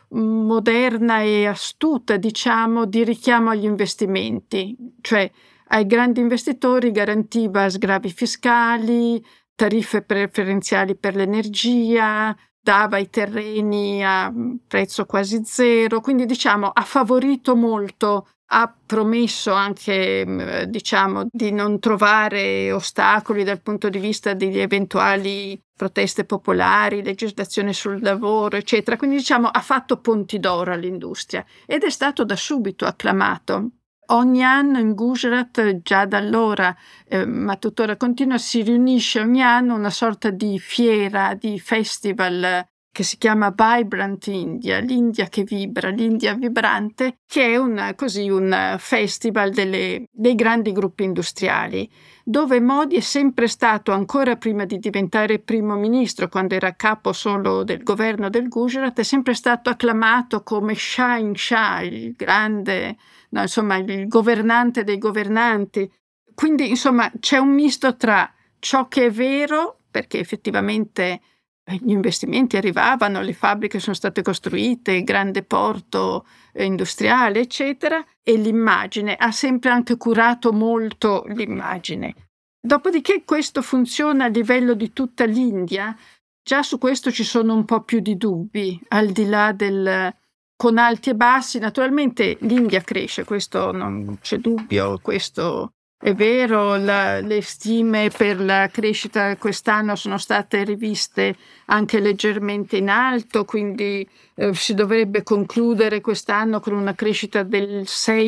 moderna e astuta, diciamo, di richiamo agli investimenti, cioè ai grandi investitori garantiva sgravi fiscali, tariffe preferenziali per l'energia, dava i terreni a prezzo quasi zero, quindi diciamo ha favorito molto, ha promesso anche diciamo di non trovare ostacoli dal punto di vista degli eventuali proteste popolari, legislazione sul lavoro, eccetera. Quindi diciamo ha fatto ponti d'oro all'industria ed è stato da subito acclamato. Ogni anno in Gujarat, già da allora, ma tuttora continua, si riunisce ogni anno una sorta di fiera, di festival che si chiama Vibrant India, l'India che vibra, l'India vibrante, che è un festival dei grandi gruppi industriali, dove Modi è sempre stato, ancora prima di diventare primo ministro, quando era capo solo del governo del Gujarat, è sempre stato acclamato come Shah in Shah, il grande, il governante dei governanti. Quindi, insomma, c'è un misto tra ciò che è vero, perché effettivamente gli investimenti arrivavano, le fabbriche sono state costruite, il grande porto industriale, eccetera, e l'immagine. Ha sempre anche curato molto l'immagine. Dopodiché questo funziona a livello di tutta l'India. Già su questo ci sono un po' più di dubbi, al di là con alti e bassi. Naturalmente l'India cresce, questo non c'è dubbio, questo è vero. Le stime per la crescita quest'anno sono state riviste anche leggermente in alto, quindi si dovrebbe concludere quest'anno con una crescita del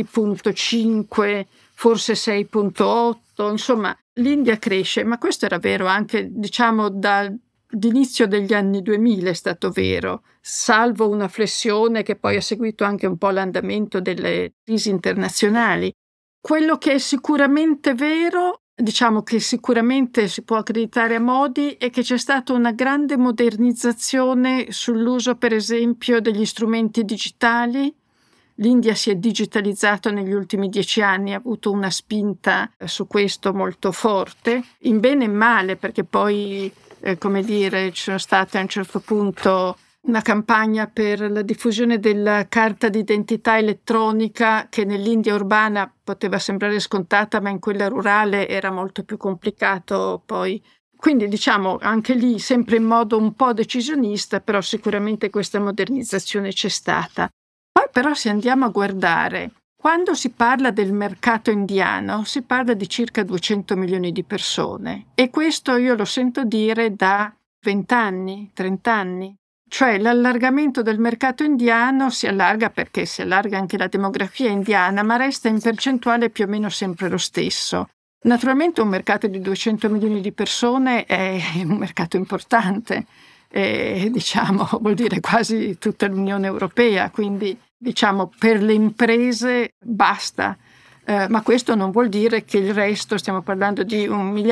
6,5, forse 6,8. Insomma, l'India cresce, ma questo era vero anche, dall'inizio degli anni 2000 è stato vero, salvo una flessione che poi ha seguito anche un po' l'andamento delle crisi internazionali. Quello che è sicuramente vero, che sicuramente si può accreditare a Modi, è che c'è stata una grande modernizzazione sull'uso, per esempio, degli strumenti digitali. L'India si è digitalizzato negli ultimi 10 anni, ha avuto una spinta su questo molto forte, in bene e in male, perché poi, ci sono state a un certo punto una campagna per la diffusione della carta d'identità elettronica che nell'India urbana poteva sembrare scontata, ma in quella rurale era molto più complicato poi. Quindi anche lì sempre in modo un po' decisionista, però sicuramente questa modernizzazione c'è stata. Poi però se andiamo a guardare, quando si parla del mercato indiano si parla di circa 200 milioni di persone, e questo io lo sento dire da 20 anni, 30 anni. Cioè l'allargamento del mercato indiano si allarga perché si allarga anche la demografia indiana, ma resta in percentuale più o meno sempre lo stesso. Naturalmente un mercato di 200 milioni di persone è un mercato importante, vuol dire quasi tutta l'Unione Europea, quindi per le imprese basta. Ma questo non vuol dire che il resto, stiamo parlando di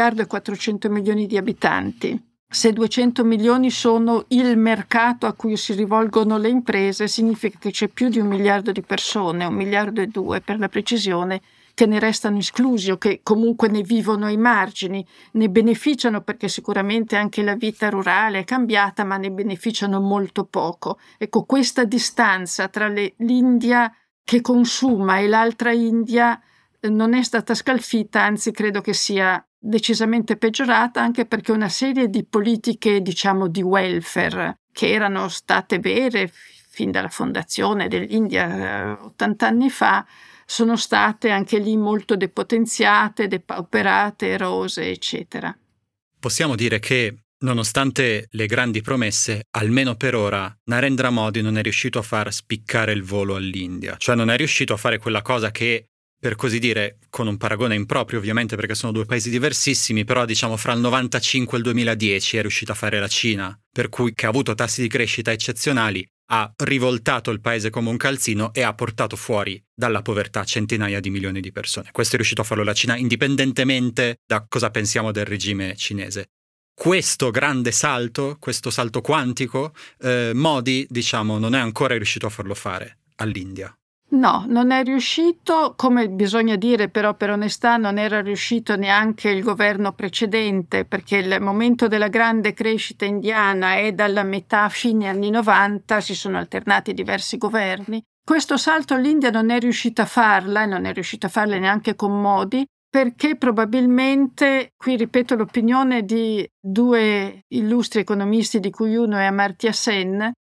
1,4 miliardi di abitanti. Se 200 milioni sono il mercato a cui si rivolgono le imprese, significa che c'è più di 1 miliardo di persone, 1,2 miliardi per la precisione, che ne restano esclusi o che comunque ne vivono ai margini, ne beneficiano perché sicuramente anche la vita rurale è cambiata, ma ne beneficiano molto poco. Ecco, questa distanza tra l'India che consuma e l'altra India non è stata scalfita, anzi credo che sia decisamente peggiorata, anche perché una serie di politiche, di welfare, che erano state vere fin dalla fondazione dell'India 80 anni fa, sono state anche lì molto depotenziate, depauperate, erose, eccetera. Possiamo dire che, nonostante le grandi promesse, almeno per ora Narendra Modi non è riuscito a far spiccare il volo all'India, cioè non è riuscito a fare quella cosa che, per così dire, con un paragone improprio ovviamente perché sono due paesi diversissimi, però fra il 95 e il 2010 è riuscita a fare la Cina, per cui che ha avuto tassi di crescita eccezionali, ha rivoltato il paese come un calzino e ha portato fuori dalla povertà centinaia di milioni di persone. Questo è riuscito a farlo la Cina indipendentemente da cosa pensiamo del regime cinese. Questo grande salto, questo salto quantico, Modi, non è ancora riuscito a farlo fare all'India. No, non è riuscito, come bisogna dire però per onestà non era riuscito neanche il governo precedente, perché il momento della grande crescita indiana è dalla metà fine anni 90, si sono alternati diversi governi. Questo salto l'India non è riuscita a farla, e non è riuscita a farla neanche con Modi, perché probabilmente, qui ripeto l'opinione di due illustri economisti di cui uno è Amartya Sen,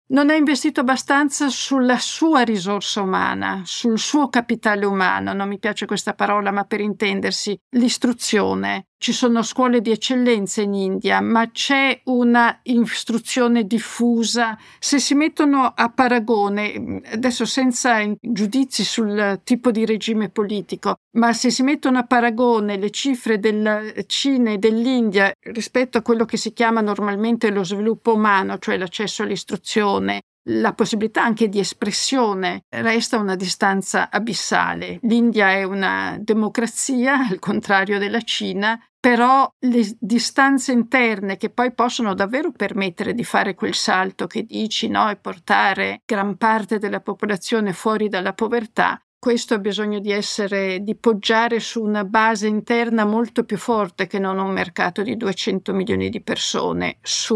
non ha investito abbastanza sulla sua risorsa umana, sul suo capitale umano, non mi piace questa parola, ma per intendersi, l'istruzione. Ci sono scuole di eccellenza in India, ma c'è una istruzione diffusa. Se si mettono a paragone, adesso senza giudizi sul tipo di regime politico, ma se si mettono a paragone le cifre della Cina e dell'India rispetto a quello che si chiama normalmente lo sviluppo umano, cioè l'accesso all'istruzione, la possibilità anche di espressione, resta una distanza abissale. L'India è una democrazia, al contrario della Cina, però le distanze interne che poi possono davvero permettere di fare quel salto che dici, no? E portare gran parte della popolazione fuori dalla povertà, questo ha bisogno di poggiare su una base interna molto più forte che non un mercato di 200 milioni di persone su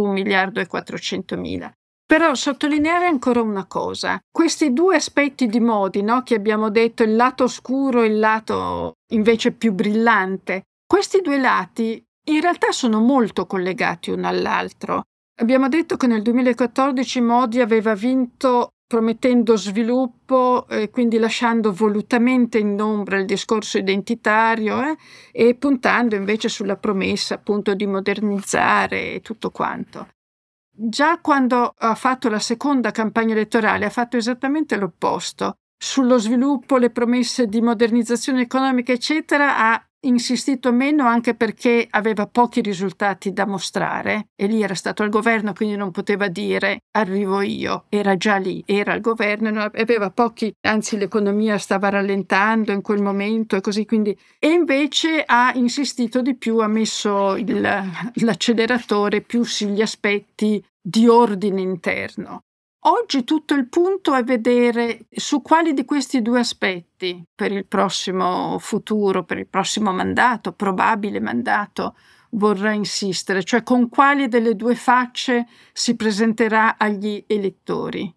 1,4 miliardi. Però sottolineare ancora una cosa, questi due aspetti di Modi, no, che abbiamo detto, il lato oscuro e il lato invece più brillante, questi due lati in realtà sono molto collegati uno all'altro. Abbiamo detto che nel 2014 Modi aveva vinto promettendo sviluppo, quindi lasciando volutamente in ombra il discorso identitario e puntando invece sulla promessa appunto di modernizzare e tutto quanto. Già quando ha fatto la seconda campagna elettorale ha fatto esattamente l'opposto. Sullo sviluppo, le promesse di modernizzazione economica, eccetera, ha insistito meno anche perché aveva pochi risultati da mostrare e lì era stato al governo, quindi non poteva dire arrivo io, era già lì, era al governo, aveva pochi, anzi l'economia stava rallentando in quel momento e così, quindi, e invece ha insistito di più, ha messo l'acceleratore più sugli aspetti di ordine interno. Oggi tutto il punto è vedere su quali di questi due aspetti per il prossimo futuro, per il prossimo mandato, probabile mandato, vorrà insistere, cioè con quali delle due facce si presenterà agli elettori.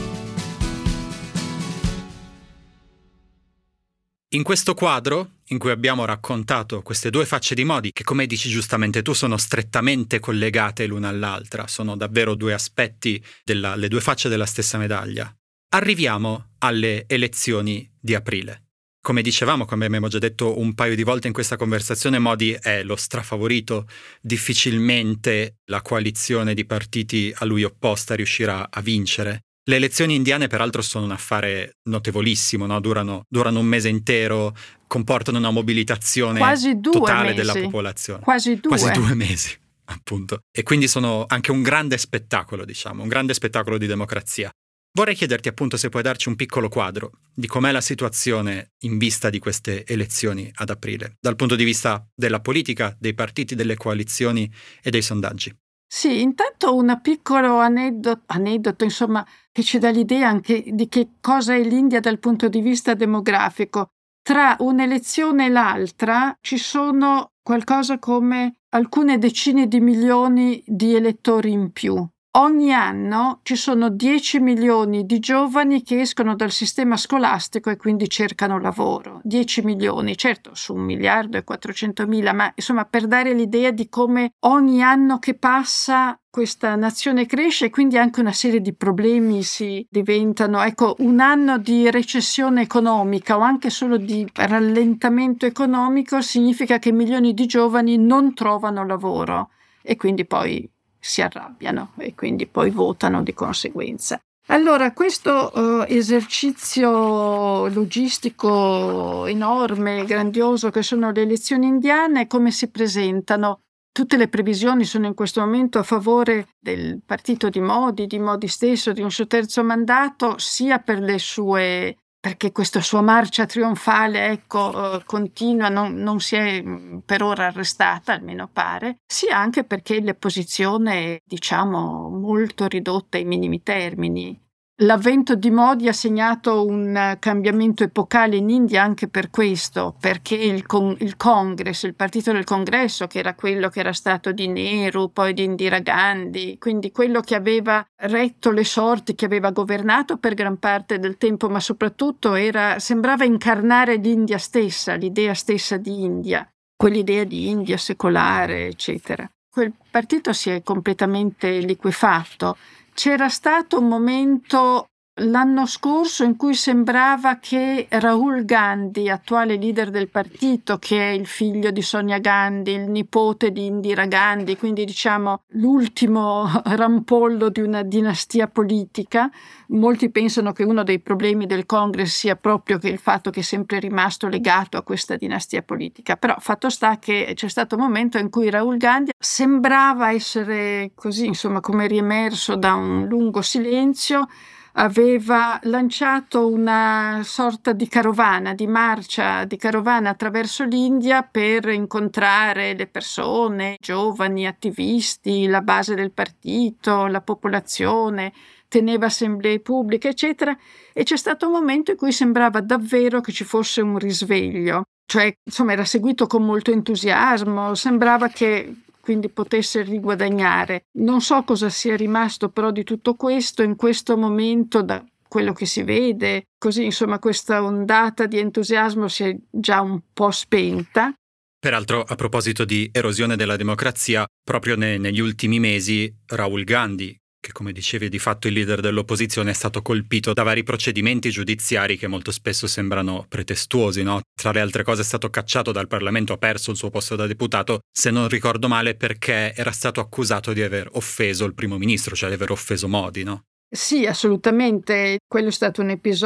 In questo quadro, in cui abbiamo raccontato queste due facce di Modi, che come dici giustamente tu sono strettamente collegate l'una all'altra, sono davvero due aspetti, le due facce della stessa medaglia, arriviamo alle elezioni di aprile. Come dicevamo, come abbiamo già detto un paio di volte in questa conversazione, Modi è lo strafavorito, difficilmente la coalizione di partiti a lui opposta riuscirà a vincere. Le elezioni indiane peraltro sono un affare notevolissimo, no? Durano un mese intero, comportano una mobilitazione totale della popolazione. Quasi 2 mesi, appunto. E quindi sono anche un grande spettacolo, diciamo, un grande spettacolo di democrazia. Vorrei chiederti appunto se puoi darci un piccolo quadro di com'è la situazione in vista di queste elezioni ad aprile, dal punto di vista della politica, dei partiti, delle coalizioni e dei sondaggi. Sì, intanto un piccolo aneddoto, insomma, che ci dà l'idea anche di che cosa è l'India dal punto di vista demografico. Tra un'elezione e l'altra ci sono qualcosa come alcune decine di milioni di elettori in più. Ogni anno ci sono 10 milioni di giovani che escono dal sistema scolastico e quindi cercano lavoro. 10 milioni, certo su 1,4 miliardi, ma insomma per dare l'idea di come ogni anno che passa questa nazione cresce e quindi anche una serie di problemi si diventano. Ecco, un anno di recessione economica o anche solo di rallentamento economico significa che milioni di giovani non trovano lavoro e quindi poi si arrabbiano e quindi poi votano di conseguenza. Allora, questo esercizio logistico enorme, grandioso che sono le elezioni indiane, come si presentano? Tutte le previsioni sono in questo momento a favore del partito di Modi stesso, di un suo terzo mandato, sia per le sue, perché questa sua marcia trionfale, continua, non si è per ora arrestata, almeno pare, sia anche perché l'opposizione è, diciamo, molto ridotta ai minimi termini. L'avvento di Modi ha segnato un cambiamento epocale in India anche per questo, perché il Congress, il partito del Congresso, che era quello che era stato di Nehru, poi di Indira Gandhi, quindi quello che aveva retto le sorti, che aveva governato per gran parte del tempo, ma soprattutto sembrava incarnare l'India stessa, l'idea stessa di India, quell'idea di India secolare, eccetera. Quel partito si è completamente liquefatto C'era stato un momento l'anno scorso in cui sembrava che Rahul Gandhi, attuale leader del partito, che è il figlio di Sonia Gandhi, il nipote di Indira Gandhi, quindi diciamo l'ultimo rampollo di una dinastia politica. Molti pensano che uno dei problemi del Congress sia proprio che il fatto che è sempre rimasto legato a questa dinastia politica. Però fatto sta che c'è stato un momento in cui Rahul Gandhi sembrava essere così, insomma, come riemerso da un lungo silenzio. Aveva lanciato una sorta di carovana, di marcia, di carovana attraverso l'India per incontrare le persone, giovani, attivisti, la base del partito, la popolazione, teneva assemblee pubbliche, eccetera. E c'è stato un momento in cui sembrava davvero che ci fosse un risveglio. Cioè, insomma, era seguito con molto entusiasmo, sembrava che quindi potesse riguadagnare. Non so cosa sia rimasto però di tutto questo in questo momento, da quello che si vede, così insomma questa ondata di entusiasmo si è già un po' spenta. Peraltro, a proposito di erosione della democrazia, proprio negli ultimi mesi Rahul Gandhi, che come dicevi è di fatto il leader dell'opposizione, è stato colpito da vari procedimenti giudiziari che molto spesso sembrano pretestuosi, no? Tra le altre cose è stato cacciato dal Parlamento, ha perso il suo posto da deputato, se non ricordo male, perché era stato accusato di aver offeso il primo ministro, cioè di aver offeso Modi, no? Sì, assolutamente. Quello è stato un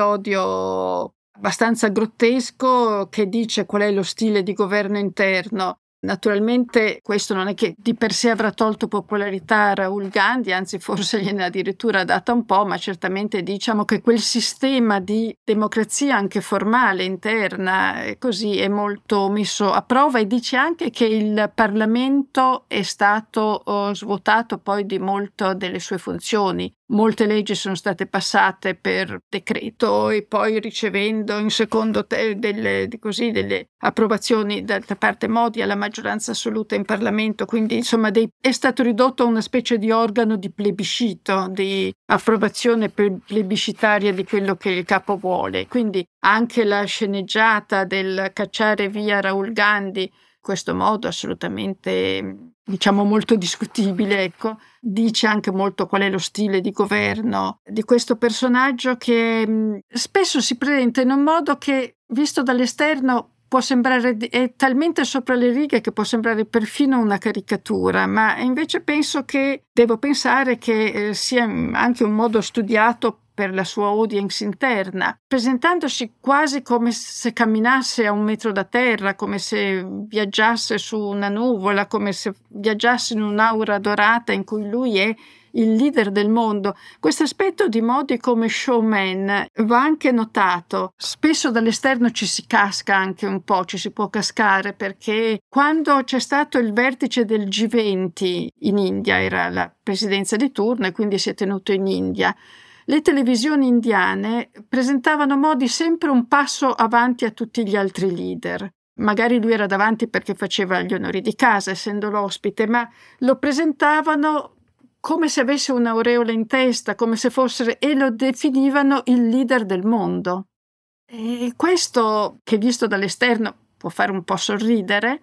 episodio abbastanza grottesco che dice qual è lo stile di governo interno. Naturalmente questo non è che di per sé avrà tolto popolarità a Rahul Gandhi, anzi forse gliene addirittura data un po', ma certamente diciamo che quel sistema di democrazia anche formale interna così è molto messo a prova, e dice anche che il Parlamento è stato svuotato poi di molto delle sue funzioni. Molte leggi sono state passate per decreto e poi ricevendo in secondo delle approvazioni da parte Modi alla maggioranza assoluta in Parlamento, quindi insomma è stato ridotto a una specie di organo di plebiscito, di approvazione plebiscitaria di quello che il capo vuole. Quindi anche la sceneggiata del cacciare via Rahul Gandhi in questo modo assolutamente diciamo molto discutibile, ecco, dice anche molto qual è lo stile di governo di questo personaggio che spesso si presenta in un modo che visto dall'esterno può sembrare, è talmente sopra le righe che può sembrare perfino una caricatura, ma invece devo pensare che sia anche un modo studiato per la sua audience interna, presentandosi quasi come se camminasse a 1 metro da terra, come se viaggiasse su una nuvola, come se viaggiasse in un'aura dorata in cui lui è il leader del mondo. Questo aspetto di Modi come showman va anche notato. Spesso dall'esterno ci si casca anche un po', ci si può cascare, perché quando c'è stato il vertice del G20 in India, era la presidenza di turno e quindi si è tenuto in India, le televisioni indiane presentavano Modi sempre un passo avanti a tutti gli altri leader. Magari lui era davanti perché faceva gli onori di casa, essendo l'ospite, ma lo presentavano come se avesse un'aureola in testa, come se fosse, e lo definivano il leader del mondo. E questo, che visto dall'esterno può fare un po' sorridere,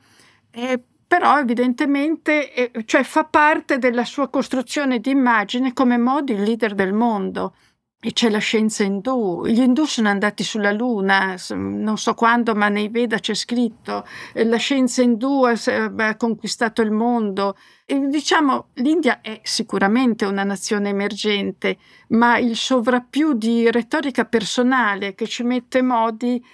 però evidentemente cioè fa parte della sua costruzione di immagine come Modi il leader del mondo. E c'è la scienza indù. Gli indù sono andati sulla Luna, non so quando, ma nei Veda c'è scritto. La scienza indù ha conquistato il mondo. E diciamo, l'India è sicuramente una nazione emergente, ma il sovrappiù di retorica personale che ci mette Modi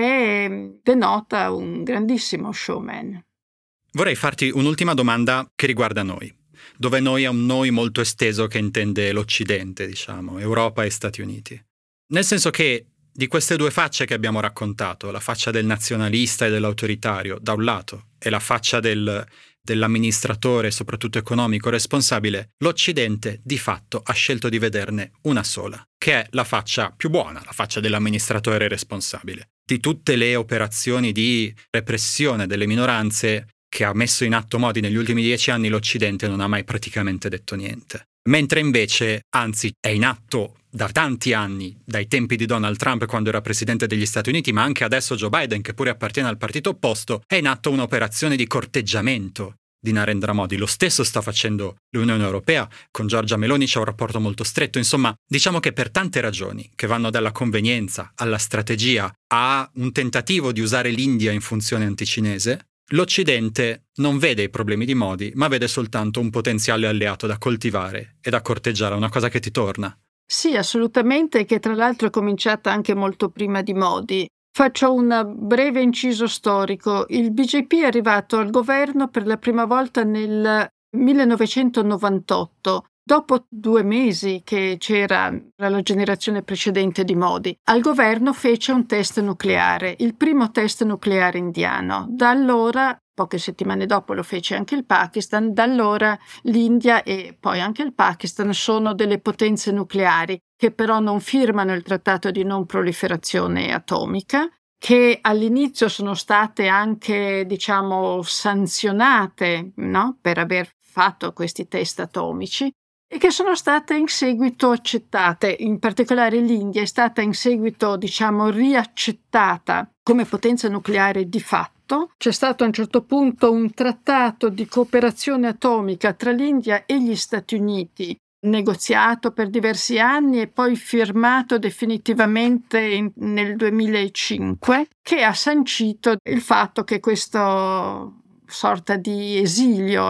denota un grandissimo showman. Vorrei farti un'ultima domanda che riguarda noi, dove noi è un noi molto esteso che intende l'Occidente, diciamo, Europa e Stati Uniti. Nel senso che di queste due facce che abbiamo raccontato, la faccia del nazionalista e dell'autoritario da un lato e la faccia dell'amministratore, soprattutto economico, responsabile, l'Occidente di fatto ha scelto di vederne una sola, che è la faccia più buona, la faccia dell'amministratore responsabile. Di tutte le operazioni di repressione delle minoranze che ha messo in atto Modi negli ultimi 10 anni, l'Occidente non ha mai praticamente detto niente. Mentre invece, anzi, è in atto da tanti anni, dai tempi di Donald Trump quando era presidente degli Stati Uniti, ma anche adesso Joe Biden, che pure appartiene al partito opposto, è in atto un'operazione di corteggiamento di Narendra Modi. Lo stesso sta facendo l'Unione Europea, con Giorgia Meloni c'è un rapporto molto stretto. Insomma, diciamo che per tante ragioni, che vanno dalla convenienza alla strategia a un tentativo di usare l'India in funzione anticinese, l'Occidente non vede i problemi di Modi, ma vede soltanto un potenziale alleato da coltivare e da corteggiare, una cosa che ti torna. Sì, assolutamente, che tra l'altro è cominciata anche molto prima di Modi. Faccio un breve inciso storico. Il BJP è arrivato al governo per la prima volta nel 1998, dopo 2 mesi che c'era la generazione precedente di Modi. Al governo fece un test nucleare, il primo test nucleare indiano. Da allora, poche settimane dopo lo fece anche il Pakistan, da allora l'India e poi anche il Pakistan sono delle potenze nucleari che però non firmano il trattato di non proliferazione atomica, che all'inizio sono state anche, sanzionate, no? Per aver fatto questi test atomici e che sono state in seguito accettate. In particolare l'India è stata in seguito, riaccettata come potenza nucleare di fatto. C'è stato a un certo punto un trattato di cooperazione atomica tra l'India e gli Stati Uniti, negoziato per diversi anni e poi firmato definitivamente nel 2005, che ha sancito il fatto che questo sorta di esilio,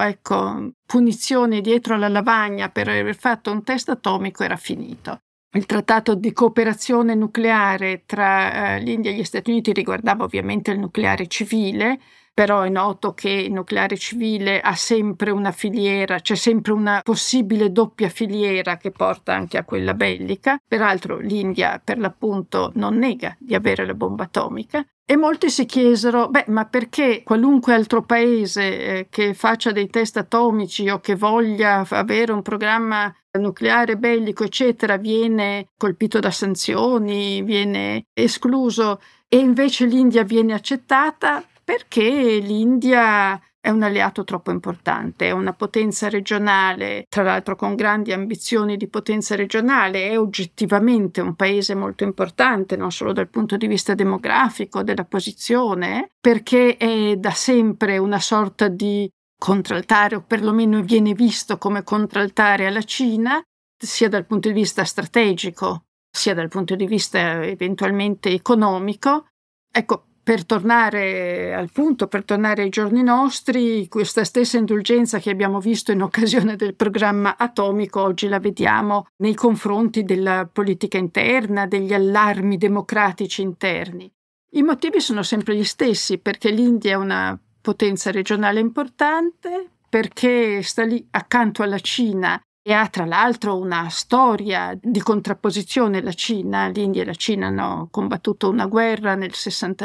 punizione dietro la lavagna per aver fatto un test atomico era finito. Il trattato di cooperazione nucleare tra l'India e gli Stati Uniti riguardava ovviamente il nucleare civile, però è noto che il nucleare civile ha sempre una filiera, c'è sempre una possibile doppia filiera che porta anche a quella bellica. Peraltro l'India per l'appunto non nega di avere la bomba atomica. E molti si chiesero, ma perché qualunque altro paese che faccia dei test atomici o che voglia avere un programma nucleare bellico, eccetera, viene colpito da sanzioni, viene escluso e invece l'India viene accettata? Perché l'India è un alleato troppo importante, è una potenza regionale, tra l'altro con grandi ambizioni di potenza regionale, è oggettivamente un paese molto importante, non solo dal punto di vista demografico, della posizione, perché è da sempre una sorta di contraltare, o perlomeno viene visto come contraltare alla Cina, sia dal punto di vista strategico, sia dal punto di vista eventualmente economico. Ecco, per tornare al punto, per tornare ai giorni nostri, questa stessa indulgenza che abbiamo visto in occasione del programma atomico, oggi la vediamo nei confronti della politica interna, degli allarmi democratici interni. I motivi sono sempre gli stessi, perché l'India è una potenza regionale importante, perché sta lì accanto alla Cina e ha tra l'altro una storia di contrapposizione. L'India e la Cina hanno combattuto una guerra nel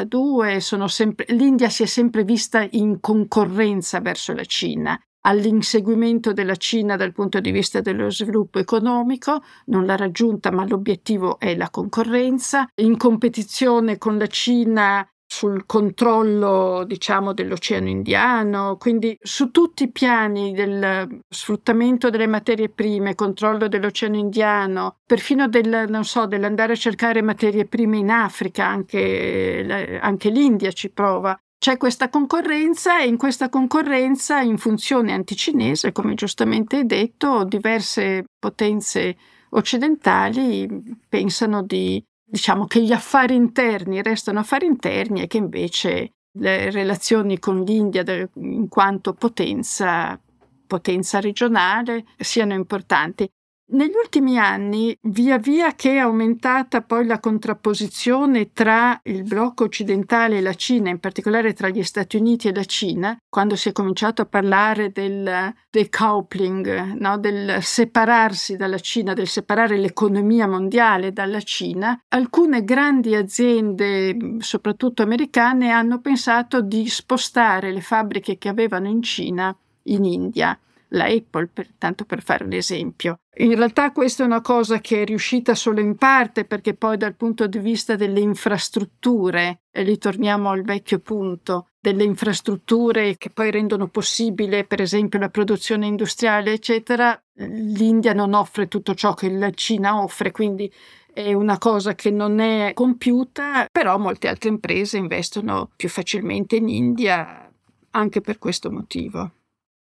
62, l'India si è sempre vista in concorrenza verso la Cina, all'inseguimento della Cina dal punto di vista dello sviluppo economico, non l'ha raggiunta ma l'obiettivo è la concorrenza, in competizione con la Cina sul controllo, dell'Oceano Indiano, quindi su tutti i piani del sfruttamento delle materie prime, controllo dell'Oceano Indiano, perfino dell'andare a cercare materie prime in Africa, anche l'India ci prova. C'è questa concorrenza e in questa concorrenza, in funzione anticinese, come giustamente hai detto, diverse potenze occidentali pensano che gli affari interni restano affari interni e che invece le relazioni con l'India in quanto potenza regionale siano importanti. Negli ultimi anni, via via che è aumentata poi la contrapposizione tra il blocco occidentale e la Cina, in particolare tra gli Stati Uniti e la Cina, quando si è cominciato a parlare del decoupling, no? Del separarsi dalla Cina, del separare l'economia mondiale dalla Cina, alcune grandi aziende, soprattutto americane, hanno pensato di spostare le fabbriche che avevano in Cina in India. La Apple, tanto per fare un esempio. In realtà questa è una cosa che è riuscita solo in parte, perché poi dal punto di vista delle infrastrutture, e ritorniamo al vecchio punto, delle infrastrutture che poi rendono possibile per esempio la produzione industriale eccetera, l'India non offre tutto ciò che la Cina offre, quindi è una cosa che non è compiuta, però molte altre imprese investono più facilmente in India anche per questo motivo.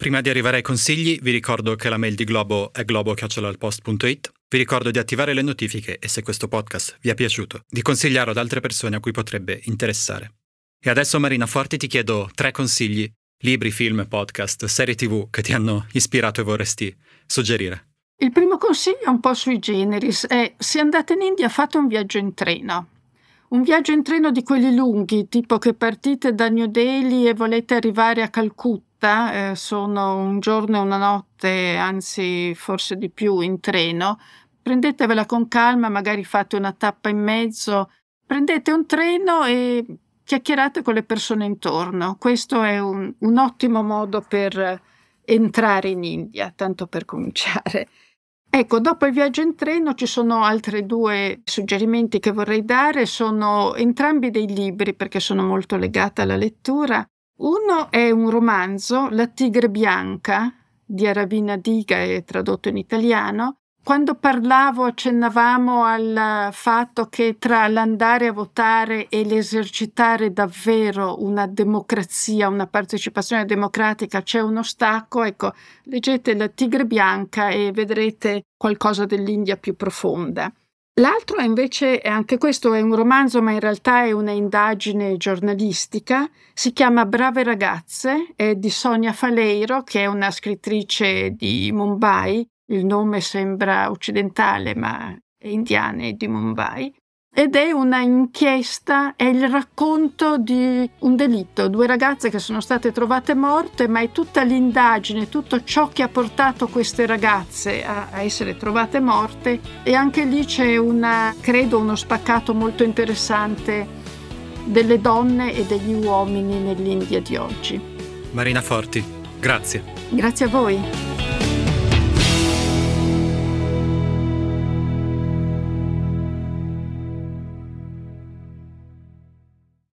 Prima di arrivare ai consigli, vi ricordo che la mail di Globo è globo@ilpost.it. Vi ricordo di attivare le notifiche e, se questo podcast vi è piaciuto, di consigliarlo ad altre persone a cui potrebbe interessare. E adesso, Marina Forti, ti chiedo 3 consigli, libri, film, podcast, serie TV che ti hanno ispirato e vorresti suggerire. Il primo consiglio è un po' sui generis, è: se andate in India fate un viaggio in treno. Un viaggio in treno di quelli lunghi, tipo che partite da New Delhi e volete arrivare a Calcutta, sono un giorno e una notte, anzi forse di più, in treno. Prendetevela con calma, magari fate una tappa in mezzo, prendete un treno e chiacchierate con le persone intorno. Questo è un ottimo modo per entrare in India, tanto per cominciare. Ecco, dopo il viaggio in treno ci sono altri 2 suggerimenti che vorrei dare, sono entrambi dei libri perché sono molto legata alla lettura. Uno è un romanzo, La tigre bianca, di Aravina Diga, è tradotto in italiano. Quando accennavamo al fatto che tra l'andare a votare e l'esercitare davvero una democrazia, una partecipazione democratica c'è uno stacco, ecco, leggete La tigre bianca e vedrete qualcosa dell'India più profonda. L'altro invece, anche questo è un romanzo, ma in realtà è una indagine giornalistica, si chiama Brave ragazze, è di Sonia Faleiro, che è una scrittrice di Mumbai. Il nome sembra occidentale, ma è indiana, è di Mumbai. Ed è una inchiesta, è il racconto di un delitto, 2 ragazze che sono state trovate morte, ma è tutta l'indagine, tutto ciò che ha portato queste ragazze a essere trovate morte, e anche lì c'è credo uno spaccato molto interessante delle donne e degli uomini nell'India di oggi. Marina Forti, grazie. Grazie a voi.